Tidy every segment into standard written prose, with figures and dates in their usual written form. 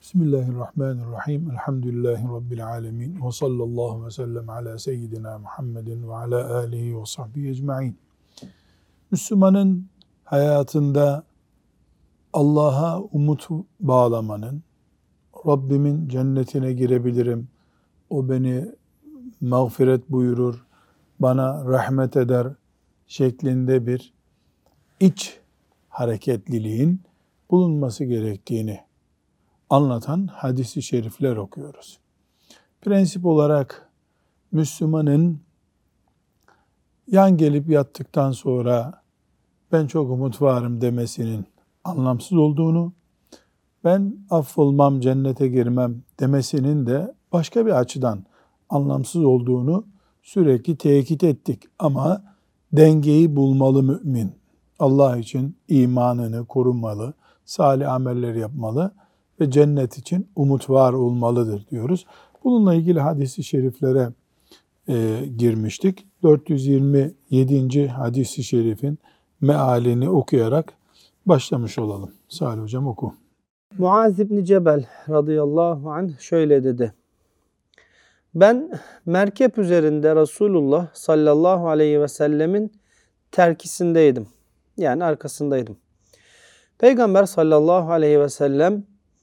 Bismillahirrahmanirrahim. Elhamdülillahi Rabbil alemin. Ve sallallahu ve sellem ala seyyidina Muhammedin ve ala alihi ve sahbihi ecma'in. Müslümanın hayatında Allah'a umut bağlamanın, Rabbimin cennetine girebilirim, o beni mağfiret buyurur, bana rahmet eder şeklinde bir iç hareketliliğin bulunması gerektiğini anlatan hadis-i şerifler okuyoruz. Prensip olarak Müslümanın yan gelip yattıktan sonra ben çok umut varım demesinin anlamsız olduğunu, ben affolmam, cennete girmem demesinin de başka bir açıdan anlamsız olduğunu sürekli tekit ettik. Ama dengeyi bulmalı mümin. Allah için imanını korumalı, salih ameller yapmalı ve cennet için umut var olmalıdır diyoruz. Bununla ilgili hadis-i şeriflere girmiştik. 427. hadis-i şerifin mealini okuyarak başlamış olalım. Salih Hocam oku. Muaz İbni Cebel radıyallahu anh şöyle dedi. Ben merkep üzerinde Resulullah sallallahu aleyhi ve sellemin terkisindeydim. Yani arkasındaydım. Peygamber sallallahu aleyhi ve sellem,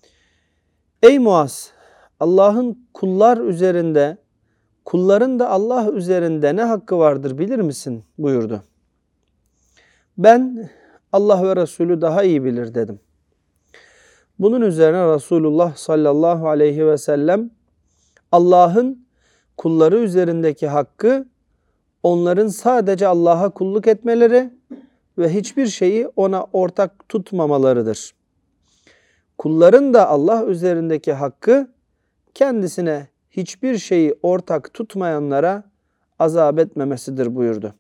ey Muaz, Allah'ın kullar üzerinde, kulların da Allah üzerinde ne hakkı vardır bilir misin buyurdu. Ben Allah ve Resulü daha iyi bilir dedim. Bunun üzerine Resulullah sallallahu aleyhi ve sellem Allah'ın kulları üzerindeki hakkı onların sadece Allah'a kulluk etmeleri ve hiçbir şeyi ona ortak tutmamalarıdır. Kulların da Allah üzerindeki hakkı kendisine hiçbir şeyi ortak tutmayanlara azap etmemesidir buyurdu.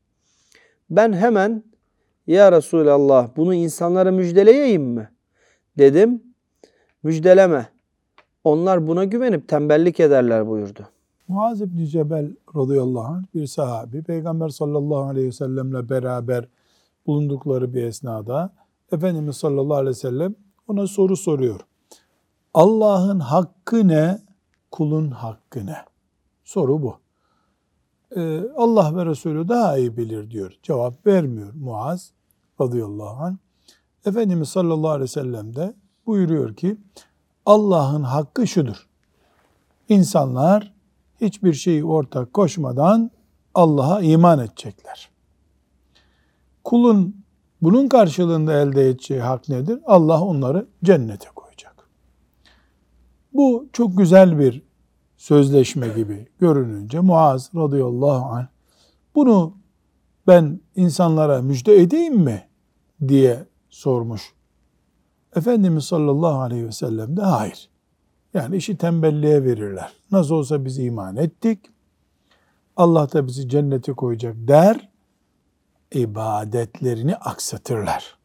Ben hemen ya Resulallah bunu insanlara müjdeleyeyim mi dedim. Müjdeleme. Onlar buna güvenip tembellik ederler buyurdu. Muaz İbni Cebel radıyallahu anh bir sahabi. Peygamber sallallahu aleyhi ve sellemle beraber bulundukları bir esnada Efendimiz sallallahu aleyhi ve sellem ona soru soruyor. Allah'ın hakkı ne? Kulun hakkı ne? Soru bu. Allah ve Resulü daha iyi bilir diyor. Cevap vermiyor Muaz radıyallahu anh. Efendimiz sallallahu aleyhi ve sellem de buyuruyor ki Allah'ın hakkı şudur. İnsanlar hiçbir şeyi ortak koşmadan Allah'a iman edecekler. Kulun bunun karşılığında elde edeceği hak nedir? Allah onları cennete koyacak. Bu çok güzel bir sözleşme gibi görününce Muaz radıyallahu anh bunu ben insanlara müjde edeyim mi diye sormuş. Efendimiz sallallahu aleyhi ve sellem de hayır. Yani işi tembelliğe verirler. Nasıl olsa biz iman ettik. Allah da bizi cennete koyacak der. İbadetlerini aksatırlar.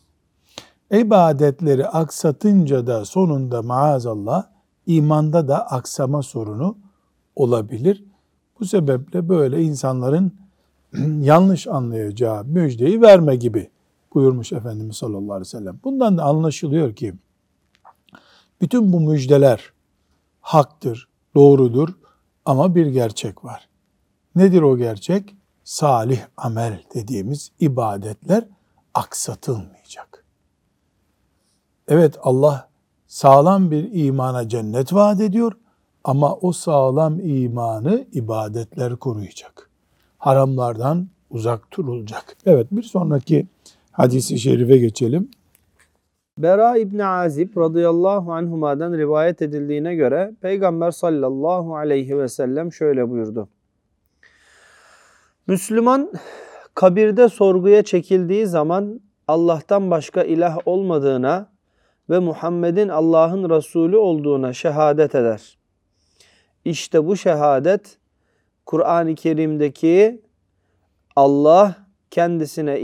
İbadetleri aksatınca da sonunda maazallah imanda da aksama sorunu olabilir. Bu sebeple böyle insanların yanlış anlayacağı müjdeyi verme gibi buyurmuş Efendimiz sallallahu aleyhi ve sellem. Bundan da anlaşılıyor ki bütün bu müjdeler haktır, doğrudur ama bir gerçek var. Nedir o gerçek? Salih amel dediğimiz ibadetler aksatılmayacak. Evet Allah sağlam bir imana cennet vaat ediyor ama o sağlam imanı ibadetler koruyacak. Haramlardan uzak durulacak. Evet bir sonraki hadis-i şerife geçelim. Bera İbni Azib radıyallahu anhuma'dan rivayet edildiğine göre Peygamber sallallahu aleyhi ve sellem şöyle buyurdu. Müslüman kabirde sorguya çekildiği zaman Allah'tan başka ilah olmadığına ve Muhammed'in Allah'ın Resulü olduğuna şehadet eder. İşte bu şehadet Kur'an-ı Kerim'deki Allah kendisine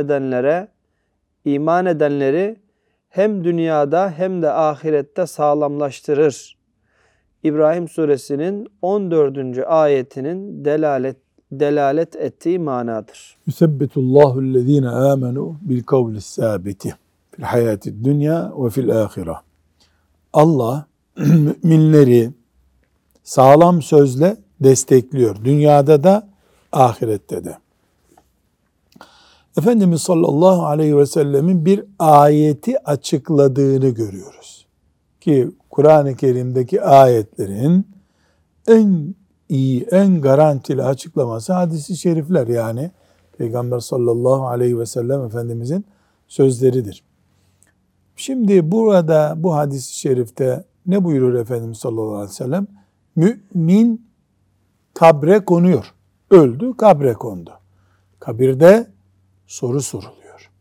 iman edenleri hem dünyada hem de ahirette sağlamlaştırır. İbrahim suresinin 14. ayetinin delalet ettiği manadır. Yusebbitullahu ellezine amenu bil kavlis sabiti fil hayatid dünya ve fil ahire. Allah müminleri sağlam sözle destekliyor. Dünyada da ahirette de. Efendimiz sallallahu aleyhi ve sellemin bir ayeti açıkladığını görüyoruz. Ki Kur'an-ı Kerim'deki ayetlerin en iyi, en garantili açıklaması hadis-i şerifler, yani Peygamber sallallahu aleyhi ve sellem Efendimizin sözleridir. Şimdi burada bu hadis-i şerifte ne buyurur Efendimiz sallallahu aleyhi ve sellem? Mümin kabre konuyor. Öldü, kabre kondu. Kabirde soru soruluyor.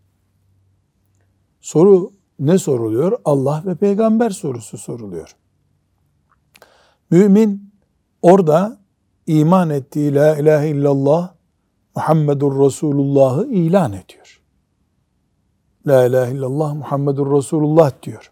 Soru ne soruluyor? Allah ve peygamber sorusu soruluyor. Mümin orada iman ettiği la ilahe illallah Muhammedur Resulullah'ı ilan ediyor. La ilahe illallah Muhammedur Resulullah diyor.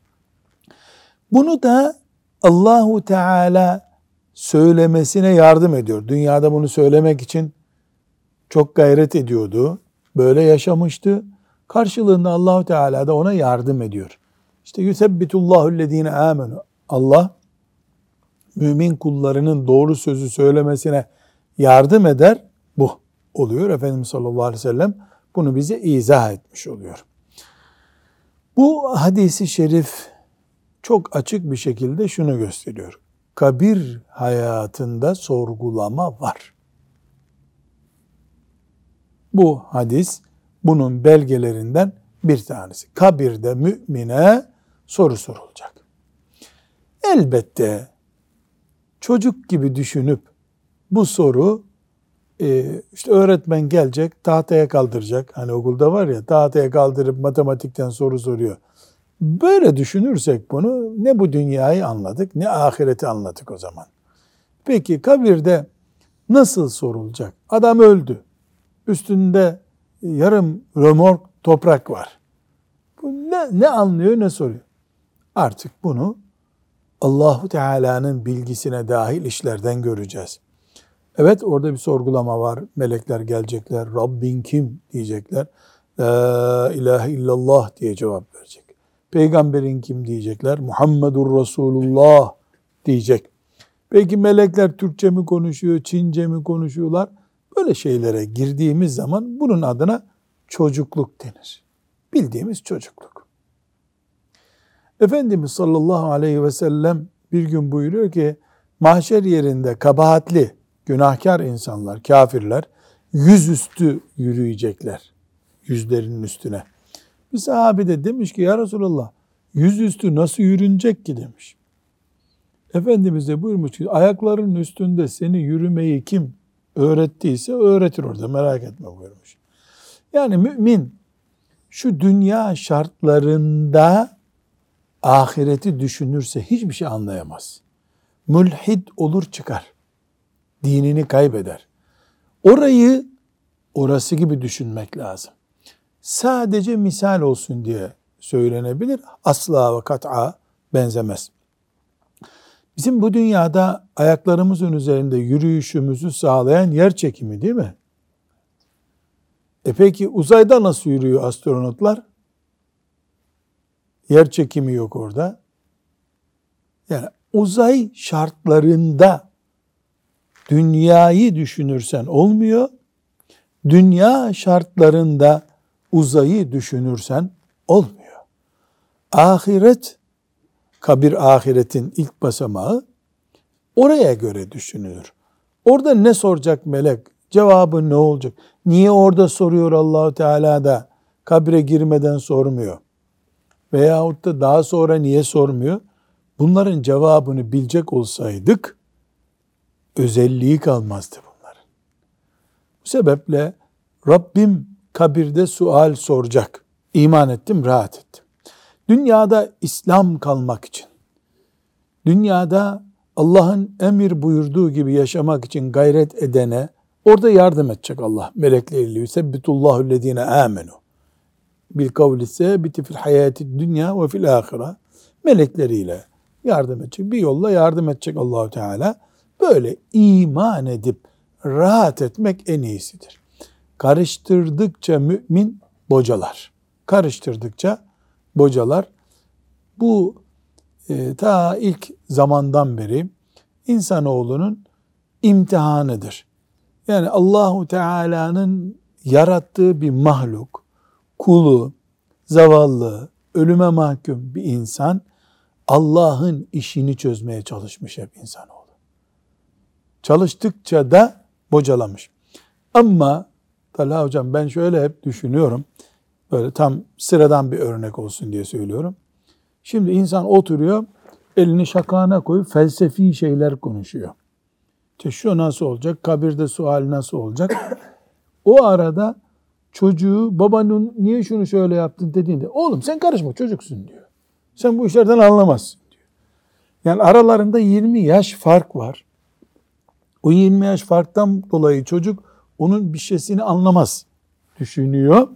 Bunu da Allahu Teala söylemesine yardım ediyor. Dünyada bunu söylemek için çok gayret ediyordu. Böyle yaşamıştı. Karşılığında Allahu Teala da ona yardım ediyor. İşte yusebbitullahü'llezine amenu. Allah mümin kullarının doğru sözü söylemesine yardım eder. Bu oluyor. Efendimiz sallallahu aleyhi ve sellem bunu bize izah etmiş oluyor. Bu hadisi şerif çok açık bir şekilde şunu gösteriyor. Kabir hayatında sorgulama var. Bu hadis bunun belgelerinden bir tanesi. Kabirde mümine soru sorulacak. Elbette çocuk gibi düşünüp bu soru işte öğretmen gelecek, tahtaya kaldıracak. Hani okulda var ya, tahtaya kaldırıp matematikten soru soruyor. Böyle düşünürsek bunu, ne bu dünyayı anladık ne ahireti anladık o zaman. Peki kabirde nasıl sorulacak? Adam öldü. Üstünde yarım römork toprak var. Bu ne anlıyor ne soruyor? Artık bunu Allahu Teala'nın bilgisine dahil işlerden göreceğiz. Evet, orada bir sorgulama var. Melekler gelecekler. Rabbin kim diyecekler. La ilahe illallah diye cevap verecek. Peygamberin kim diyecekler. Muhammedur Resulullah diyecek. Peki melekler Türkçe mi konuşuyor, Çince mi konuşuyorlar? Böyle şeylere girdiğimiz zaman bunun adına çocukluk denir. Bildiğimiz çocukluk. Efendimiz sallallahu aleyhi ve sellem bir gün buyuruyor ki, mahşer yerinde kabahatli, günahkar insanlar, kafirler yüzüstü yürüyecekler. Yüzlerinin üstüne. Bir sahabe de demiş ki, ya Resulallah, yüzüstü nasıl yürünecek ki demiş. Efendimiz de buyurmuş ki, ayaklarının üstünde seni yürümeyi kim öğrettiyse öğretir orada, merak etme buyurmuş. Yani mümin şu dünya şartlarında ahireti düşünürse hiçbir şey anlayamaz. Mülhid olur çıkar. Dinini kaybeder. Orası gibi düşünmek lazım. Sadece misal olsun diye söylenebilir. Asla ve kat'a benzemez. Bizim bu dünyada ayaklarımızın üzerinde yürüyüşümüzü sağlayan yer çekimi değil mi? Peki uzayda nasıl yürüyor astronotlar? Yer çekimi yok orada. Yani uzay şartlarında dünyayı düşünürsen olmuyor. Dünya şartlarında uzayı düşünürsen olmuyor. Ahiret, kabir ahiretin ilk basamağı, oraya göre düşünülür. Orada ne soracak melek? Cevabı ne olacak? Niye orada soruyor Allah-u Teala da kabre girmeden sormuyor? Veyahut da daha sonra niye sormuyor? Bunların cevabını bilecek olsaydık özelliği kalmazdı bunların. Bu sebeple Rabbim kabirde sual soracak. İman ettim, rahat ettim. Dünyada İslam kalmak için, dünyada Allah'ın emir buyurduğu gibi yaşamak için gayret edene orada yardım edecek Allah melekleriyle. Yusebbitullahü'llezine amenu bil kavli sebiti fil hayati dünya ve fil ahire. Melekleriyle yardım edecek. Bir yolla yardım edecek Allah-u Teala. Böyle iman edip rahat etmek en iyisidir. Karıştırdıkça mümin bocalar. Karıştırdıkça bocalar. Bu ta ilk zamandan beri insanoğlunun imtihanıdır. Yani Allahu Teala'nın yarattığı bir mahluk, kulu, zavallı, ölüme mahkum bir insan Allah'ın işini çözmeye çalışmış hep insanoğlu. Çalıştıkça da bocalamış. Ama Talha hocam ben şöyle hep düşünüyorum. Böyle tam sıradan bir örnek olsun diye söylüyorum. Şimdi insan oturuyor, elini şakağına koyup felsefi şeyler konuşuyor. İşte şu nasıl olacak, kabirde sual nasıl olacak? O arada çocuğu babanın niye şunu şöyle yaptın dediğinde oğlum sen karışma çocuksun diyor. Sen bu işlerden anlamazsın diyor. Yani aralarında 20 yaş fark var. O 20 yaş farktan dolayı çocuk onun bir şeysini anlamaz düşünüyor.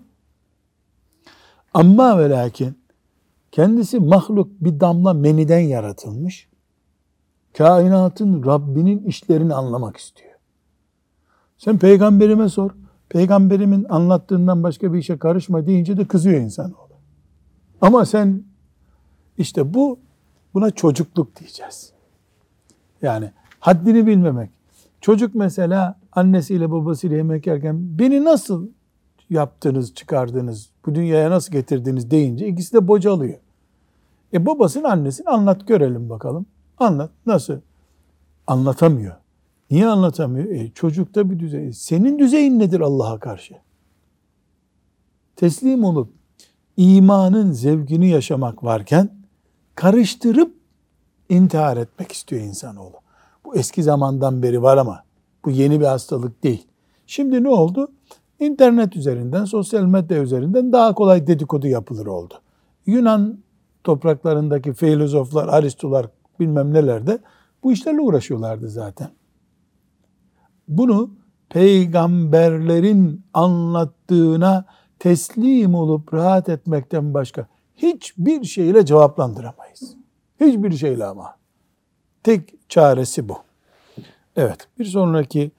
Amma ve lakin kendisi mahluk bir damla meniden yaratılmış. Kainatın Rabbinin işlerini anlamak istiyor. Sen peygamberime sor. Peygamberimin anlattığından başka bir işe karışma deyince de kızıyor insanoğlu. Ama sen işte buna çocukluk diyeceğiz. Yani haddini bilmemek. Çocuk mesela annesiyle babasıyla yemek yerken beni nasıl yaptınız, çıkardınız, bu dünyaya nasıl getirdiniz deyince ikisi de bocalıyor. Babasının annesini anlat görelim bakalım. Anlat. Nasıl? Anlatamıyor. Niye anlatamıyor? Çocukta bir düzey. Senin düzeyin nedir Allah'a karşı? Teslim olup imanın zevkini yaşamak varken karıştırıp intihar etmek istiyor insanoğlu. Bu eski zamandan beri var ama bu yeni bir hastalık değil. Şimdi ne oldu? İnternet üzerinden, sosyal medya üzerinden daha kolay dedikodu yapılır oldu. Yunan topraklarındaki filozoflar, Aristolar bilmem nelerde bu işlerle uğraşıyorlardı zaten. Bunu peygamberlerin anlattığına teslim olup rahat etmekten başka hiçbir şeyle cevaplandıramayız. Hiçbir şeyle ama. Tek çaresi bu. Evet, bir sonraki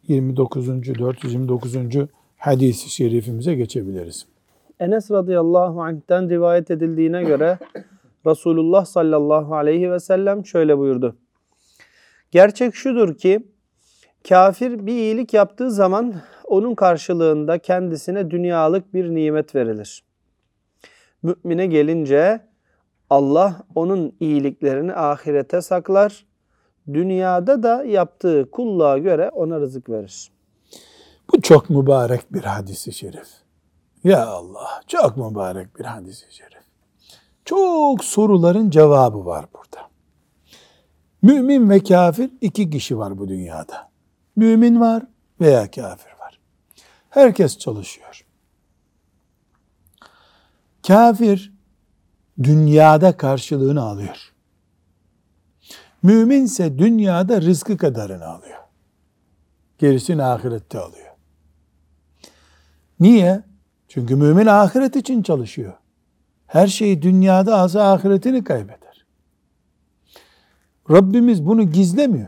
429. hadis-i şerifimize geçebiliriz. Enes radıyallahu anh'ten rivayet edildiğine göre Resulullah sallallahu aleyhi ve sellem şöyle buyurdu. Gerçek şudur ki kafir bir iyilik yaptığı zaman onun karşılığında kendisine dünyalık bir nimet verilir. Mümine gelince Allah onun iyiliklerini ahirete saklar, dünyada da yaptığı kulluğa göre ona rızık verir. Bu çok mübarek bir hadis-i şerif. Ya Allah, çok mübarek bir hadis-i şerif. Çok soruların cevabı var burada. Mümin ve kafir iki kişi var bu dünyada. Mümin var veya kafir var. Herkes çalışıyor. Kafir dünyada karşılığını alıyor. Müminse dünyada rızkı kadarını alıyor. Gerisini ahirette alıyor. Niye? Çünkü mümin ahiret için çalışıyor. Her şeyi dünyada alsa ahiretini kaybeder. Rabbimiz bunu gizlemiyor.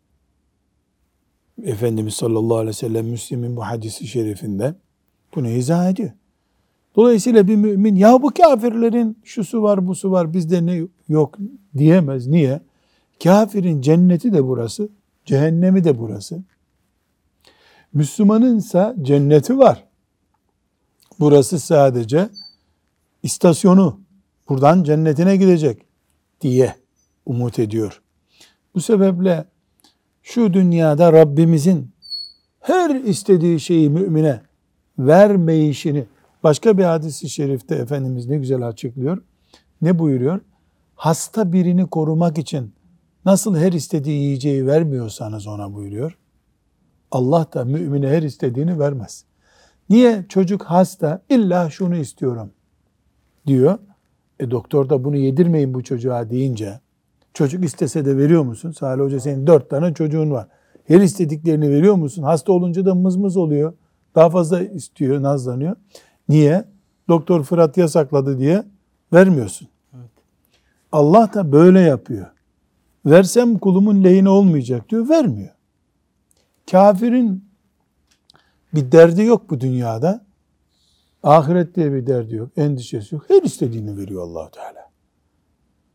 Efendimiz sallallahu aleyhi ve sellem Müslim'in bu hadisi şerifinde bunu izah ediyor. Dolayısıyla bir mümin ya bu kafirlerin şusu var busu var bizde ne yok diyemez. Niye? Kafirin cenneti de burası, cehennemi de burası. Müslümanınsa cenneti var. Burası sadece istasyonu. Buradan cennetine gidecek diye umut ediyor. Bu sebeple şu dünyada Rabbimizin her istediği şeyi mümine vermeyişini başka bir hadis-i şerifte Efendimiz ne güzel açıklıyor. Ne buyuruyor? Hasta birini korumak için nasıl her istediği yiyeceği vermiyorsanız ona buyuruyor. Allah da mümine her istediğini vermez. Niye? Çocuk hasta, illa şunu istiyorum diyor. Doktor da bunu yedirmeyin bu çocuğa deyince, çocuk istese de veriyor musun? Salih Hoca senin 4 tane çocuğun var. Her istediklerini veriyor musun? Hasta olunca da mızmız oluyor. Daha fazla istiyor, nazlanıyor. Niye? Doktor Fırat yasakladı diye vermiyorsun. Evet. Allah da böyle yapıyor. Versem kulumun lehine olmayacak diyor, vermiyor. Kafirin bir derdi yok bu dünyada. Ahiret diye bir derdi yok, endişesi yok. Her istediğini veriyor Allah-u Teala.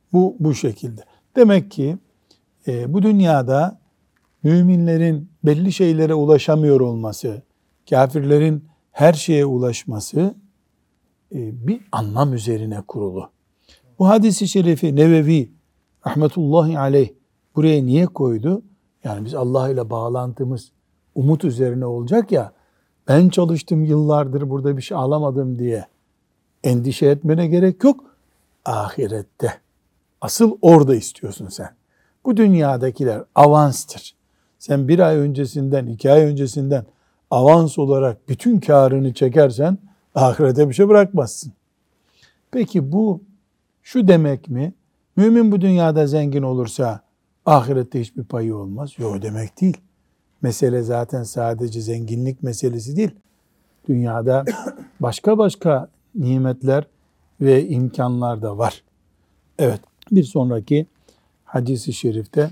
Bu şekilde. Demek ki bu dünyada müminlerin belli şeylere ulaşamıyor olması, kafirlerin her şeye ulaşması bir anlam üzerine kurulu. Bu hadis-i şerifi Nevevi rahmetullahi aleyh buraya niye koydu? Yani biz Allah ile bağlantımız umut üzerine olacak ya, ben çalıştım yıllardır burada bir şey alamadım diye endişe etmene gerek yok. Ahirette. Asıl orada istiyorsun sen. Bu dünyadakiler avanstır. Sen bir ay öncesinden, 2 ay öncesinden avans olarak bütün karını çekersen ahirete bir şey bırakmazsın. Peki bu şu demek mi? Mümin bu dünyada zengin olursa ahirette hiçbir payı olmaz. Yok, demek değil. Mesele zaten sadece zenginlik meselesi değil. Dünyada başka nimetler ve imkanlar da var. Evet, bir sonraki hadis-i şerifte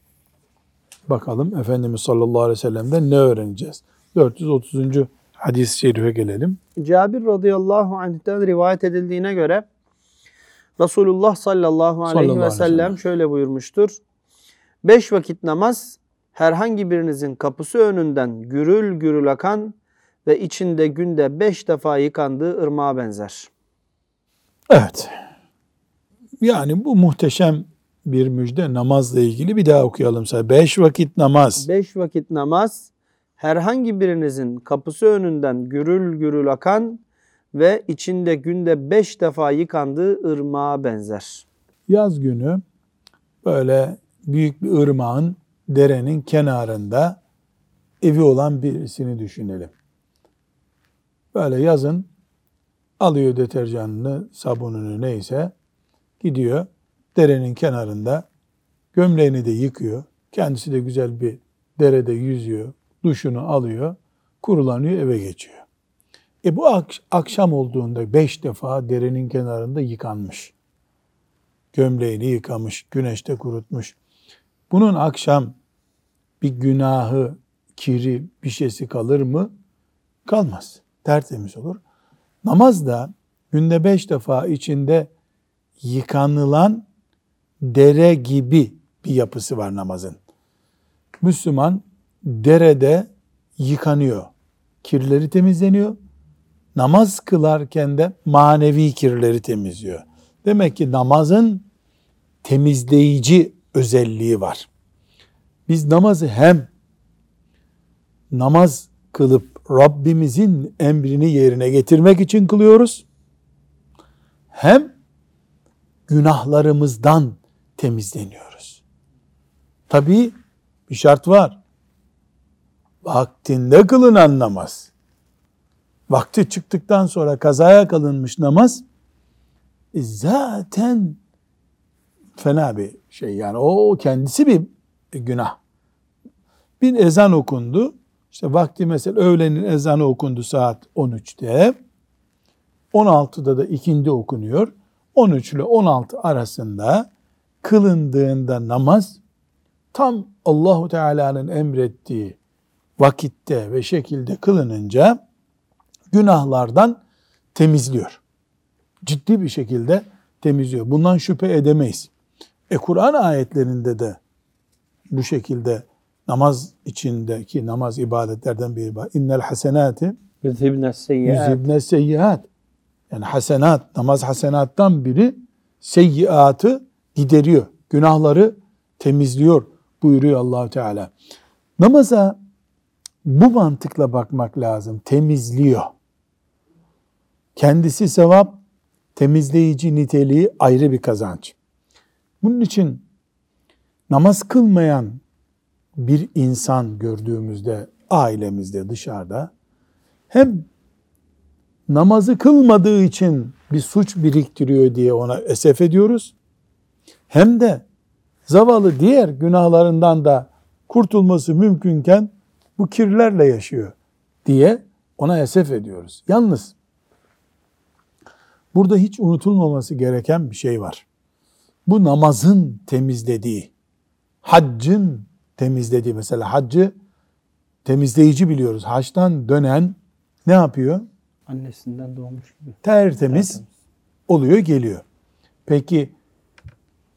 bakalım Efendimiz sallallahu aleyhi ve sellem'den ne öğreneceğiz? 430. hadis-i şerife gelelim. Cabir radıyallahu anh'ten rivayet edildiğine göre Resulullah sallallahu aleyhi ve sellem şöyle buyurmuştur. 5 vakit namaz herhangi birinizin kapısı önünden gürül gürül akan ve içinde günde 5 defa yıkandığı ırmağa benzer. Evet. Yani bu muhteşem bir müjde, namazla ilgili bir daha okuyalım. 5 vakit namaz. 5 vakit namaz herhangi birinizin kapısı önünden gürül gürül akan ve içinde günde 5 defa yıkandığı ırmağa benzer. Yaz günü böyle büyük bir ırmağın, derenin kenarında evi olan birisini düşünelim. Böyle yazın alıyor deterjanını, sabununu neyse, gidiyor derenin kenarında gömleğini de yıkıyor. Kendisi de güzel bir derede yüzüyor, duşunu alıyor, kurulanıyor, eve geçiyor. Bu akşam olduğunda 5 defa derenin kenarında yıkanmış. Gömleğini yıkamış, güneşte kurutmuş. Bunun akşam bir günahı, kiri, bir şeysi kalır mı? Kalmaz. Tertemiz olur. Namaz da günde 5 defa içinde yıkanılan dere gibi bir yapısı var namazın. Müslüman derede yıkanıyor. Kirleri temizleniyor. Namaz kılarken de manevi kirleri temizliyor. Demek ki namazın temizleyici özelliği var. Biz namazı hem namaz kılıp Rabbimizin emrini yerine getirmek için kılıyoruz, hem günahlarımızdan temizleniyoruz. Tabii bir şart var. Vaktinde kılınan namaz. Vakti çıktıktan sonra kazaya kalınmış namaz zaten fena bir şey. Yani o kendisi bir günah. Bir ezan okundu. İşte vakti mesela öğlenin ezanı okundu saat 13'te. 16'da da ikindi okunuyor. 13 ile 16 arasında kılındığında namaz tam Allahu Teala'nın emrettiği vakitte ve şekilde kılınınca günahlardan temizliyor. Ciddi bir şekilde temizliyor. Bundan şüphe edemeyiz. Kur'an ayetlerinde de bu şekilde namaz içindeki namaz ibadetlerden biri var. İnnel hasenati yüzhibne seyyiat. Yani hasenat, namaz hasenattan biri, seyyiatı gideriyor. Günahları temizliyor buyuruyor Allah Teala. Namaza bu mantıkla bakmak lazım. Temizliyor. Kendisi sevap, temizleyici niteliği ayrı bir kazanç. Bunun için namaz kılmayan bir insan gördüğümüzde, ailemizde, dışarıda, hem namazı kılmadığı için bir suç biriktiriyor diye ona esef ediyoruz, hem de zavallı diğer günahlarından da kurtulması mümkünken bu kirlerle yaşıyor diye ona esef ediyoruz. Yalnız burada hiç unutulmaması gereken bir şey var. Bu namazın temizlediği, haccın temizlediği, mesela haccı temizleyici biliyoruz. Haçtan dönen ne yapıyor? Annesinden doğmuş gibi. Tertemiz oluyor, geliyor. Peki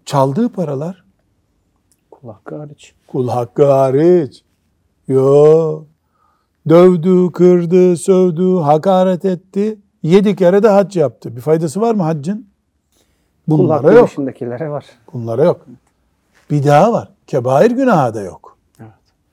Çaldığı paralar Kul hakkı hariç. kul hakkı hariç. Yo. Dövdü, kırdı, sövdü, hakaret etti. 7 kere de hac yaptı. Bir faydası var mı haccın? Kul Bunlara hakkı yok. dışındakilere var. Bunlara yok. Bir daha var. Kebair günahı da yok. Evet.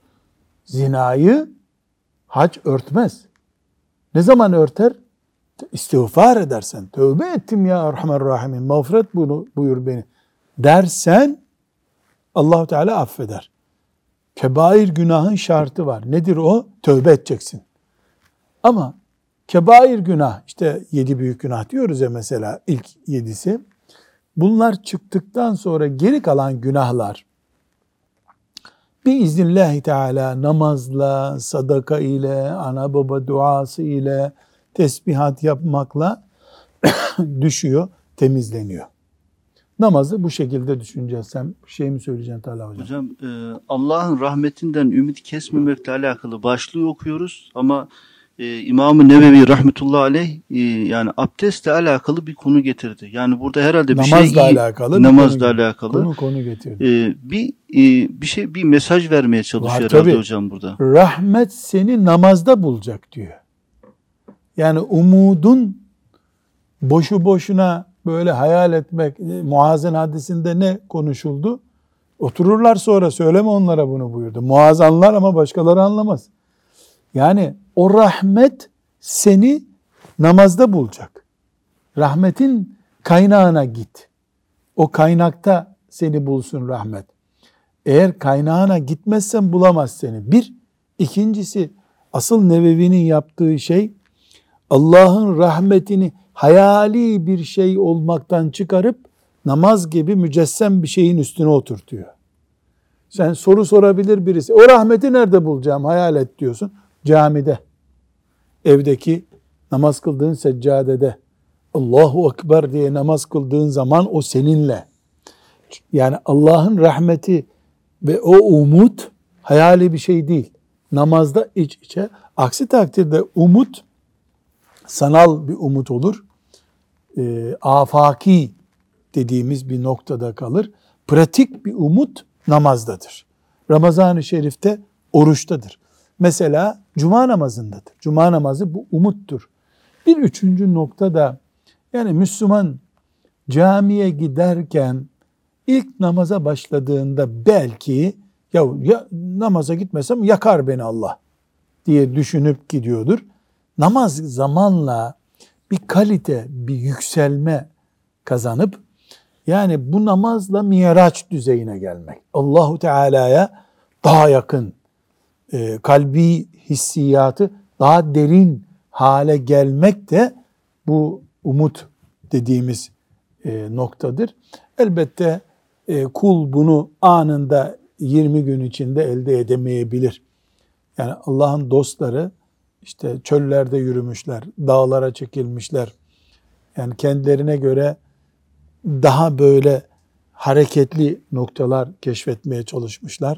Zinayı hac örtmez. Ne zaman örter? İstiğfar edersen. Tövbe ettim ya Erhamerrahimin. Mağfiret bunu buyur beni. Dersen Allah-u Teala affeder. Kebair günahın şartı var. Nedir o? Tövbe edeceksin. Ama kebair günah, işte 7 büyük günah diyoruz ya mesela, ilk 7'si. Bunlar çıktıktan sonra geri kalan günahlar biiznillahü teala namazla, sadaka ile, ana baba duası ile, tesbihat yapmakla düşüyor, temizleniyor. Namazı bu şekilde düşüneceğiz. Sen bir şey mi söyleyeceksin Talha Hocam? Hocam Allah'ın rahmetinden ümit kesmemekle alakalı başlığı okuyoruz ama İmam-ı Nevevi rahmetullahi aleyh yani abdestle alakalı bir konu getirdi. Yani burada herhalde bir Namazla şey alakalı, namazla alakalı konu getirdi. bir mesaj vermeye çalışıyor Var, herhalde tabii. hocam burada. Rahmet seni namazda bulacak diyor. Yani umudun boşu boşuna böyle hayal etmek. Muaz'ın hadisinde ne konuşuldu? Otururlar sonra, söyleme onlara bunu buyurdu. Muaz anlar ama başkaları anlamaz. Yani o rahmet seni namazda bulacak. Rahmetin kaynağına git. O kaynakta seni bulsun rahmet. Eğer kaynağına gitmezsen bulamaz seni. Bir. İkincisi, asıl Nevevi'nin yaptığı şey Allah'ın rahmetini hayali bir şey olmaktan çıkarıp namaz gibi mücessem bir şeyin üstüne oturtuyor. Sen soru sorabilir birisi. O rahmeti nerede bulacağım? Hayal et diyorsun. Camide, evdeki namaz kıldığın seccadede, Allahu Ekber diye namaz kıldığın zaman o seninle. Yani Allah'ın rahmeti ve o umut hayali bir şey değil. Namazda iç içe. Aksi takdirde umut sanal bir umut olur. Afaki dediğimiz bir noktada kalır. Pratik bir umut namazdadır. Ramazan-ı Şerif'te oruçtadır. Mesela cuma namazındadır. Cuma namazı bu umuttur. Bir üçüncü nokta da yani Müslüman camiye giderken ilk namaza başladığında belki ya namaza gitmesem yakar beni Allah diye düşünüp gidiyordur. Namaz zamanla bir kalite, bir yükselme kazanıp yani bu namazla miraç düzeyine gelmek. Allahu Teala'ya daha yakın, kalbi hissiyatı daha derin hale gelmek de bu umut dediğimiz noktadır. Elbette kul bunu anında 20 gün içinde elde edemeyebilir. Yani Allah'ın dostları işte çöllerde yürümüşler, dağlara çekilmişler. Yani kendilerine göre daha böyle hareketli noktalar keşfetmeye çalışmışlar.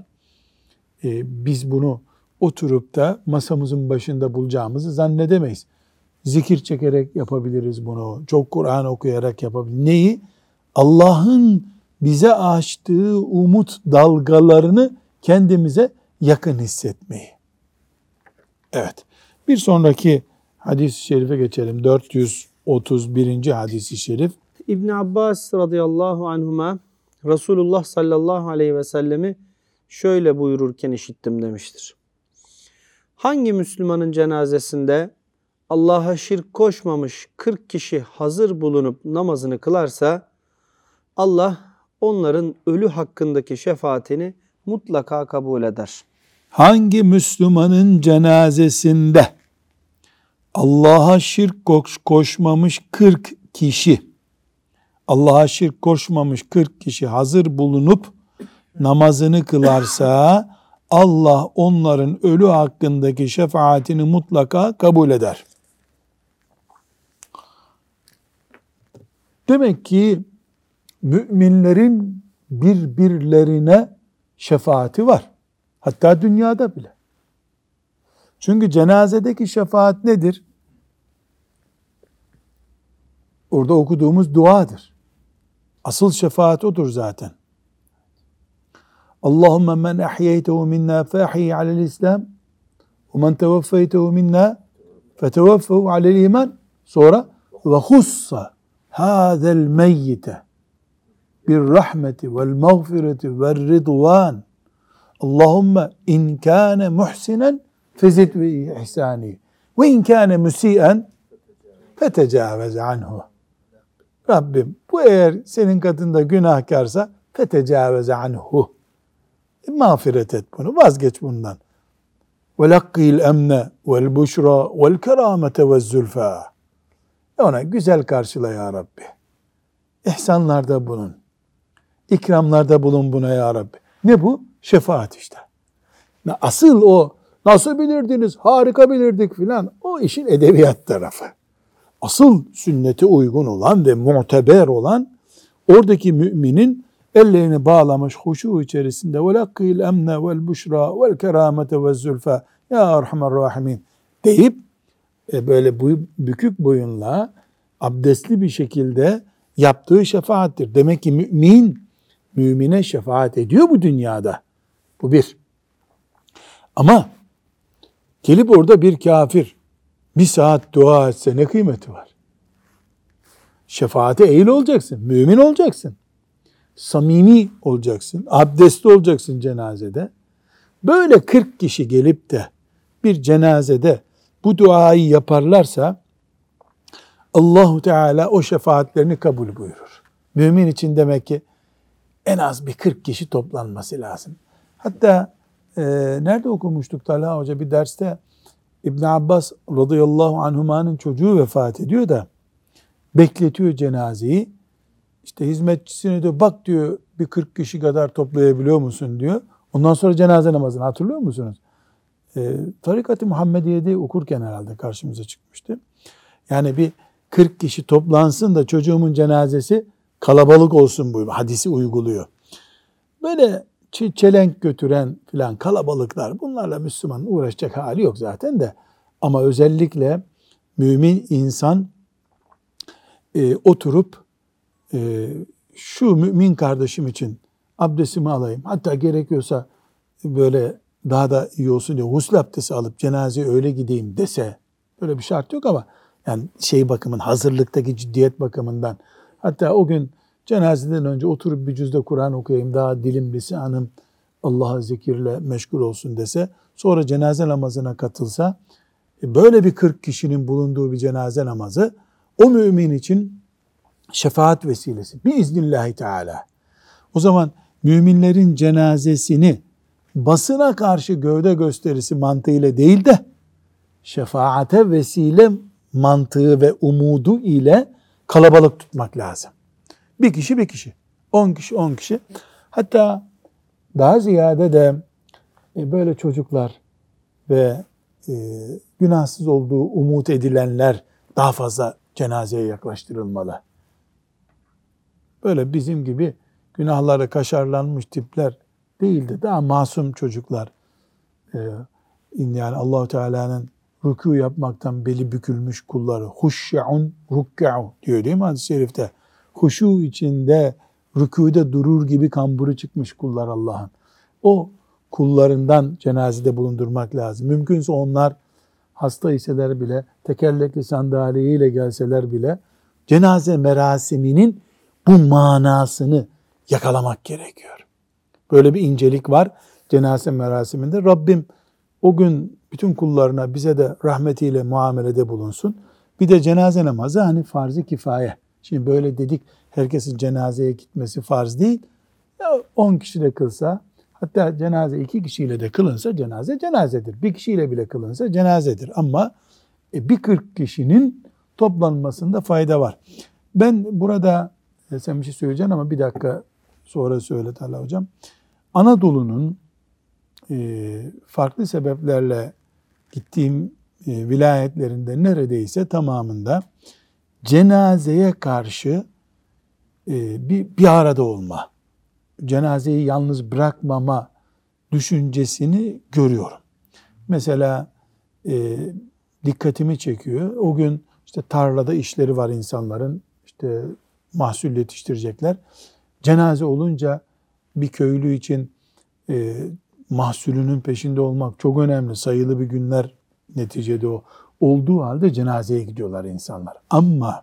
Biz bunu oturup da masamızın başında bulacağımızı zannedemeyiz. Zikir çekerek yapabiliriz bunu. Çok Kur'an okuyarak yapabiliriz. Neyi? Allah'ın bize açtığı umut dalgalarını kendimize yakın hissetmeyi. Evet. Bir sonraki hadis-i şerife geçelim. 431. hadis-i şerif. İbn Abbas radıyallahu anhuma Resulullah sallallahu aleyhi ve sellemi şöyle buyururken işittim demiştir. Hangi Müslümanın cenazesinde Allah'a şirk koşmamış 40 kişi hazır bulunup namazını kılarsa Allah onların ölü hakkındaki şefaatini mutlaka kabul eder. Hangi Müslümanın cenazesinde Allah'a şirk koşmamış 40 kişi, Allah'a şirk koşmamış 40 kişi hazır bulunup namazını kılarsa Allah onların ölü hakkındaki şefaatini mutlaka kabul eder. Demek ki müminlerin birbirlerine şefaati var. Hatta dünyada bile. Çünkü cenazedeki şefaat nedir? Orada okuduğumuz duadır. Asıl şefaat odur zaten. Allahümme men ahyeytehu minna fahyi alel İslam ve men tevaffeytehu minna feteveffehu alel iman. Sonra ve hussa hâzel meyyite bir rahmeti vel mağfireti vel ridvan. Allahümme in kâne muhsinen fezid ve ihsani ve in kâne müsi'en fetecavez anhu. Rabbim bu eğer senin katında günahkarsa fetecavez anhu. Mağfiret et bunu, vazgeç bundan. Ve lakkil emne vel buşra vel keramete ve zülfa. Ona güzel karşıla ya Rabbi. İhsanlarda bulun. İkramlarda bulun buna ya Rabbi. Ne bu? Şefaat işte. Asıl o nasıl bilirdiniz, harika bilirdik filan, o işin edebiyat tarafı. Asıl sünnete uygun olan ve muteber olan oradaki müminin ellerini bağlamış huşu içerisinde وَلَقِّهِ الْاَمْنَ وَالْبُشْرَى وَالْكَرَامَةَ وَالزُّلْفَى ya Erhamer Rahimin deyip böyle bükük boyunla abdestli bir şekilde yaptığı şefaattir. Demek ki mümine şefaat ediyor bu dünyada. Bu bir. Ama gelip orada bir kafir bir saat dua etse ne kıymeti var? Şefaate eğil olacaksın, mümin olacaksın. Samimi olacaksın, abdestli olacaksın cenazede. Böyle 40 kişi gelip de bir cenazede bu duayı yaparlarsa Allahu Teala o şefaatlerini kabul buyurur. Mümin için demek ki en az bir 40 kişi toplanması lazım. Hatta nerede okumuştuk Talha Hoca bir derste İbn Abbas radıyallahu anhuma'nın çocuğu vefat ediyor da bekletiyor cenazeyi. İşte hizmetçisine diyor bak diyor bir 40 kişi kadar toplayabiliyor musun diyor. Ondan sonra cenaze namazını hatırlıyor musunuz? Tarikat-ı Muhammediye'de okurken herhalde karşımıza çıkmıştı. Yani bir 40 kişi toplansın da çocuğumun cenazesi kalabalık olsun bu hadisi uyguluyor. Böyle çelenk götüren filan kalabalıklar bunlarla Müslümanın uğraşacak hali yok zaten de. Ama özellikle mümin insan oturup şu mümin kardeşim için abdestimi alayım. Hatta gerekiyorsa böyle daha da iyi olsun diye gusül abdesti alıp cenazeye öyle gideyim dese böyle bir şart yok ama yani hazırlıktaki ciddiyet bakımından hatta o gün cenazeden önce oturup bir cüzde Kur'an okuyayım daha dilim lisanım Allah'a zikirle meşgul olsun dese sonra cenaze namazına katılsa böyle bir 40 kişinin bulunduğu bir cenaze namazı o mümin için şefaat vesilesi biiznillahü teala. O zaman müminlerin cenazesini basına karşı gövde gösterisi mantığıyla değil de şefaate vesile mantığı ve umudu ile kalabalık tutmak lazım. Bir kişi bir kişi, 10 kişi 10 kişi. Hatta daha ziyade de böyle çocuklar ve günahsız olduğu umut edilenler daha fazla cenazeye yaklaştırılmalı. Böyle bizim gibi günahları kaşarlanmış tipler değildi. Daha masum çocuklar. Yani Allah-u Teala'nın rükû yapmaktan beli bükülmüş kulları. Huşşe'un rukka'u diyor değil mi hadis-i şerifte? Huşu içinde rükûde durur gibi kamburu çıkmış kullar Allah'ın. O kullarından cenazede bulundurmak lazım. Mümkünse onlar hasta iseler bile, tekerlekli sandalyeyle gelseler bile cenaze merasiminin bu manasını yakalamak gerekiyor. Böyle bir incelik var cenaze merasiminde. Rabbim o gün bütün kullarına bize de rahmetiyle muamelede bulunsun. Bir de cenaze namazı hani farz-ı kifaye. Şimdi böyle dedik herkesin cenazeye gitmesi farz değil. Ya 10 kişi de kılsa hatta cenaze 2 kişiyle de kılınsa cenaze cenazedir. Bir kişiyle bile kılınsa cenazedir. Ama bir 40 kişinin toplanmasında fayda var. Ben burada sen bir şey söyleyeceksin ama bir dakika sonra söyle Talha Hocam. Anadolu'nun farklı sebeplerle gittiğim vilayetlerinde neredeyse tamamında cenazeye karşı bir arada olma, cenazeyi yalnız bırakmama düşüncesini görüyorum. Mesela dikkatimi çekiyor. O gün işte tarlada işleri var insanların, işte mahsul yetiştirecekler. Cenaze olunca bir köylü için mahsulünün peşinde olmak çok önemli. Sayılı bir günler neticede o. Olduğu halde cenazeye gidiyorlar insanlar. Ama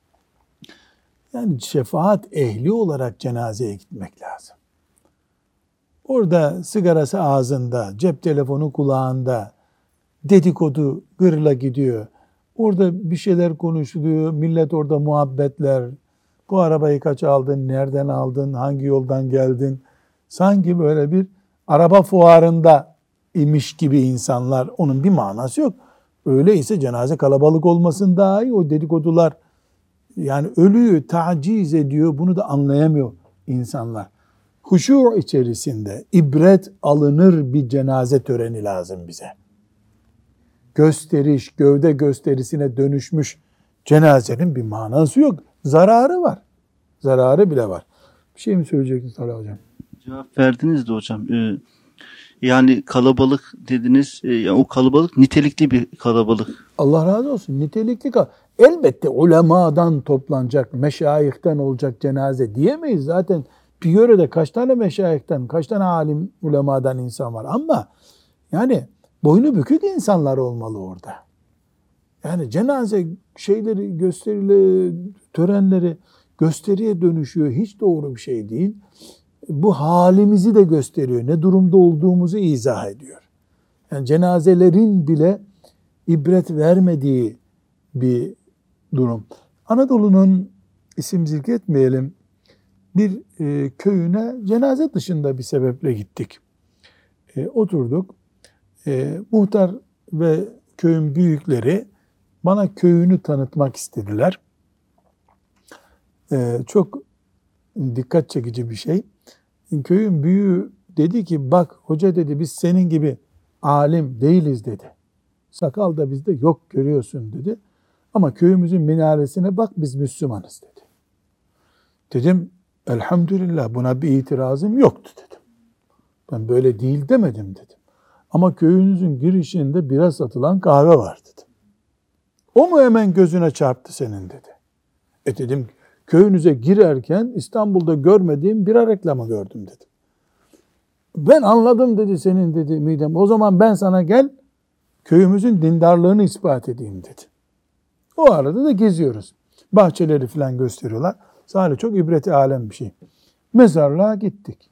yani şefaat ehli olarak cenazeye gitmek lazım. Orada sigarası ağzında, cep telefonu kulağında, dedikodu gırla gidiyor. Orada bir şeyler konuşuluyor, millet orada muhabbetler. Bu arabayı kaç aldın, nereden aldın, hangi yoldan geldin? Sanki böyle bir araba fuarında imiş gibi insanlar. Onun bir manası yok. Öyleyse cenaze kalabalık olmasın daha iyi. O dedikodular yani ölüyü taciz ediyor. Bunu da anlayamıyor insanlar. Huşu içerisinde ibret alınır bir cenaze töreni lazım bize. Gösteriş, gövde gösterisine dönüşmüş cenazenin bir manası yok. Zararı var. Zararı bile var. Bir şey mi söyleyecektiniz Talha Hocam? Cevap verdiniz de hocam. Yani kalabalık dediniz. Yani o kalabalık nitelikli bir kalabalık. Allah razı olsun. Nitelikli elbette ulemadan toplanacak, meşayihten olacak cenaze diyemeyiz. Zaten bir yörede kaç tane meşayihten, kaç tane alim ulemadan insan var. Ama yani boynu bükük insanlar olmalı orada. Yani cenaze şeyleri, gösterileri, törenleri gösteriye dönüşüyor. Hiç doğru bir şey değil. Bu halimizi de gösteriyor. Ne durumda olduğumuzu izah ediyor. Yani cenazelerin bile ibret vermediği bir durum. Anadolu'nun isim zikretmeyelim bir köyüne cenaze dışında bir sebeple gittik. Oturduk. Muhtar ve köyün büyükleri bana köyünü tanıtmak istediler. Çok dikkat çekici bir şey. Köyün büyüğü dedi ki bak hoca dedi biz senin gibi alim değiliz dedi. Sakal da bizde yok görüyorsun dedi. Ama köyümüzün minaresine bak biz Müslümanız dedi. Dedim elhamdülillah buna bir itirazım yoktu dedim. Ben böyle değil demedim dedim. Ama köyünüzün girişinde bira satılan kahve var dedim. O mu hemen gözüne çarptı senin dedi. Dedim köyünüze girerken İstanbul'da görmediğim bira reklamı gördüm dedim. Ben anladım dedi senin dedi midem. O zaman ben sana gel köyümüzün dindarlığını ispat edeyim dedi. O arada da geziyoruz. Bahçeleri falan gösteriyorlar. Sadece çok ibreti alem bir şey. Mezarlığa gittik.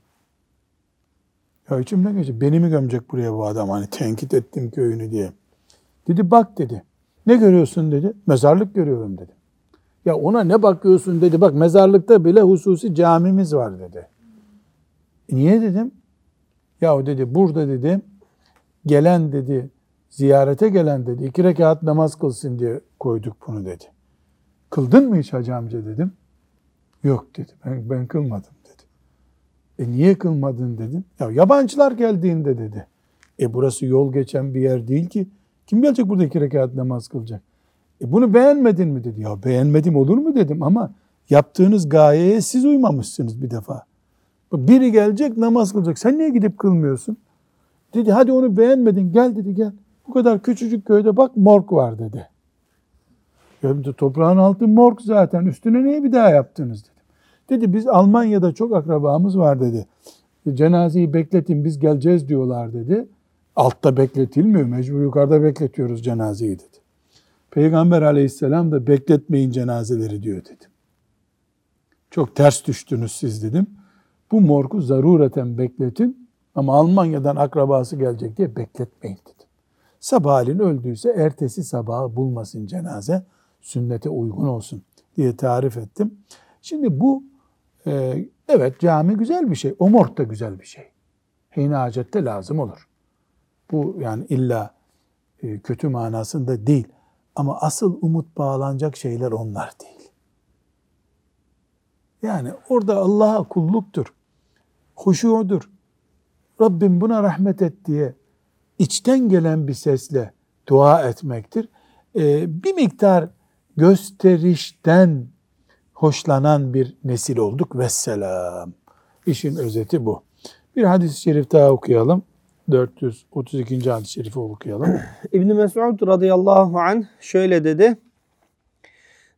Ya içimden geçti. Beni mi gömecek buraya bu adam? Hani tenkit ettim köyünü diye. Dedi bak dedi. Ne görüyorsun dedi. Mezarlık görüyorum dedi. Ya ona ne bakıyorsun dedi. Bak mezarlıkta bile hususi camimiz var dedi. Niye dedim. Ya dedi burada dedi gelen dedi ziyarete gelen dedi 2 rekat namaz kılsın diye koyduk bunu dedi. Kıldın mı hiç hacı amca dedim. Yok dedi. Ben kılmadım dedi. Niye kılmadın dedim. Ya yabancılar geldiğinde dedi. Burası yol geçen bir yer değil ki. Kim gelecek burada 2 rekat namaz kılacak? Bunu beğenmedin mi dedi. Ya beğenmedim olur mu dedim ama yaptığınız gayeye siz uymamışsınız bir defa. Biri gelecek namaz kılacak. Sen niye gidip kılmıyorsun? Dedi hadi onu beğenmedin gel dedi gel. Bu kadar küçücük köyde bak morg var dedi. Ya toprağın altı morg zaten üstüne niye bir daha yaptınız dedim. Dedi biz Almanya'da çok akrabamız var dedi. Cenazeyi bekletin biz geleceğiz diyorlar dedi. Altta bekletilmiyor mecbur yukarıda bekletiyoruz cenazeyi dedi. Peygamber aleyhisselam da bekletmeyin cenazeleri diyor dedim. Çok ters düştünüz siz dedim. Bu morgu zarureten bekletin ama Almanya'dan akrabası gelecek diye bekletmeyin dedim. Sabahleyin öldüyse ertesi sabahı bulmasın cenaze, sünnete uygun olsun diye tarif ettim. Şimdi bu evet cami güzel bir şey, o morg da güzel bir şey. Hine hacette lazım olur. Bu yani illa kötü manasında değil. Ama asıl umut bağlanacak şeyler onlar değil. Yani orada Allah'a kulluktur, huşudur. Rabbim buna rahmet et diye içten gelen bir sesle dua etmektir. Bir miktar gösterişten hoşlanan bir nesil olduk. Vesselam. İşin özeti bu. Bir hadis-i şerif daha okuyalım. 432. hadis-i şerifi okuyalım. İbn Mes'ud radıyallahu anh şöyle dedi.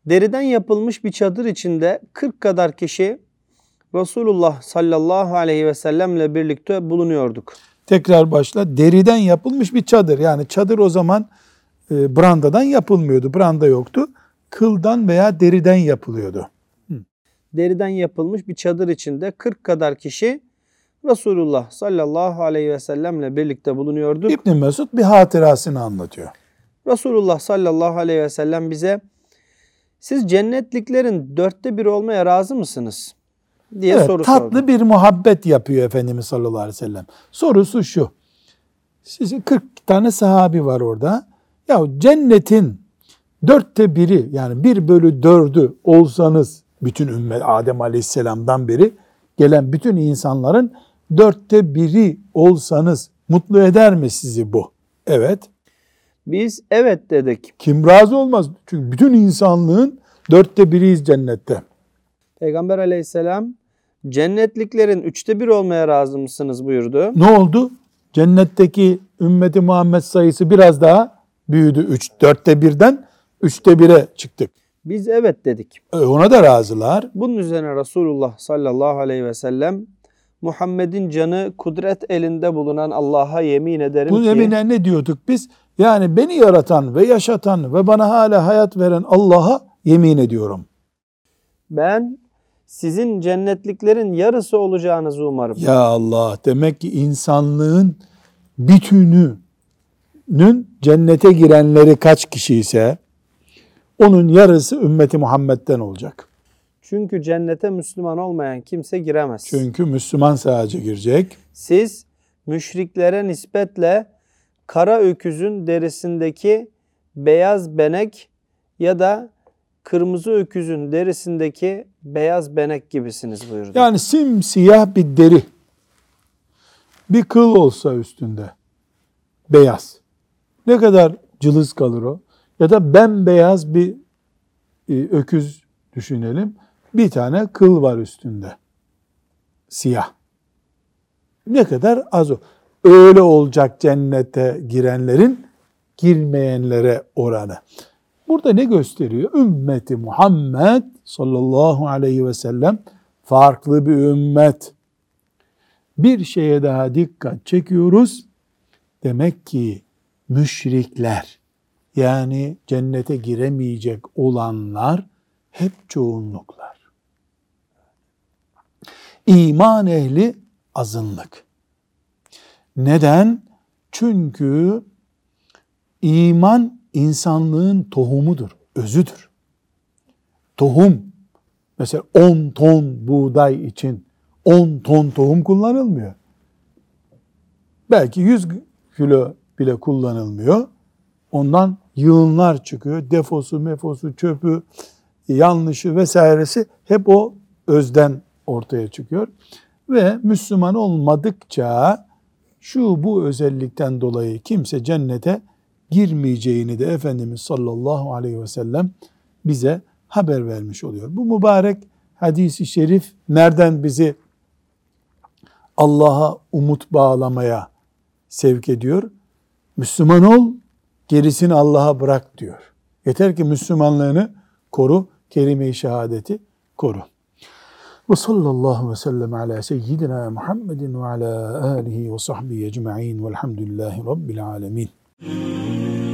Deriden yapılmış bir çadır içinde 40 kadar kişi Resulullah sallallahu aleyhi ve sellemle birlikte bulunuyorduk. Tekrar başla. Deriden yapılmış bir çadır. Yani çadır o zaman brandadan yapılmıyordu. Branda yoktu. Kıldan veya deriden yapılıyordu. Deriden yapılmış bir çadır içinde 40 kadar kişi Resulullah sallallahu aleyhi ve sellemle birlikte bulunuyorduk. İbn Mesud bir hatırasını anlatıyor. Resulullah sallallahu aleyhi ve sellem bize siz cennetliklerin 1/4 olmaya razı mısınız diye Evet, soru tatlı sordu. bir muhabbet yapıyor Efendimiz sallallahu aleyhi ve sellem. Sorusu şu. Sizin 40 tane sahabi var orada. Ya cennetin 1/4 yani 1/4'ü olsanız bütün ümmet Adem aleyhisselamdan beri gelen bütün insanların 1/4 olsanız mutlu eder mi sizi bu? Evet. Biz evet dedik. Kim razı olmaz? Çünkü bütün insanlığın 1/4'iyiz cennette. Peygamber aleyhisselam cennetliklerin 3'te 1 olmaya razı mısınız buyurdu. Ne oldu? Cennetteki ümmeti Muhammed sayısı biraz daha büyüdü. 4/1'den 3/1'e çıktık. Biz evet dedik. Ona da razılar. Bunun üzerine Resulullah sallallahu aleyhi ve sellem Muhammed'in canı kudret elinde bulunan Allah'a yemin ederim Bu ki yemine ne diyorduk biz? Yani beni yaratan ve yaşatan ve bana hala hayat veren Allah'a yemin ediyorum. ben sizin cennetliklerin yarısı olacağınızı umarım. Ya Allah, demek ki insanlığın bütününün cennete girenleri kaç kişi ise onun yarısı ümmeti Muhammed'den olacak. Çünkü cennete Müslüman olmayan kimse giremez. Çünkü Müslüman sadece girecek. Siz müşriklere nispetle kara öküzün derisindeki beyaz benek ya da kırmızı öküzün derisindeki beyaz benek gibisiniz buyurdu. Yani simsiyah bir deri, bir kıl olsa üstünde, beyaz. Ne kadar cılız kalır o? Ya da bembeyaz bir öküz düşünelim. Bir tane kıl var üstünde, siyah. Ne kadar az o. Öyle olacak cennete girenlerin girmeyenlere oranı. Burada ne gösteriyor? Ümmeti Muhammed sallallahu aleyhi ve sellem farklı bir ümmet. Bir şeye daha dikkat çekiyoruz. Demek ki müşrikler, yani cennete giremeyecek olanlar hep çoğunluklar. İman ehli azınlık. Neden? Çünkü iman insanlığın tohumudur, özüdür. Tohum, mesela 10 ton buğday için 10 ton tohum kullanılmıyor. Belki 100 kilo bile kullanılmıyor. Ondan yığınlar çıkıyor. Defosu, mefosu, çöpü, yanlışı vesairesi hep o özden ortaya çıkıyor. Ve Müslüman olmadıkça bu özellikten dolayı kimse cennete girmeyeceğini de Efendimiz sallallahu aleyhi ve sellem bize haber vermiş oluyor. Bu mübarek hadis-i şerif nereden bizi Allah'a umut bağlamaya sevk ediyor? Müslüman ol, gerisini Allah'a bırak diyor. Yeter ki Müslümanlığını koru, kelime-i şehadeti koru. Ve sallallahu ve sellem ala seyyidina Muhammedin ve ala alihi ve sahbihi ecma'in velhamdülillahi rabbil alemin.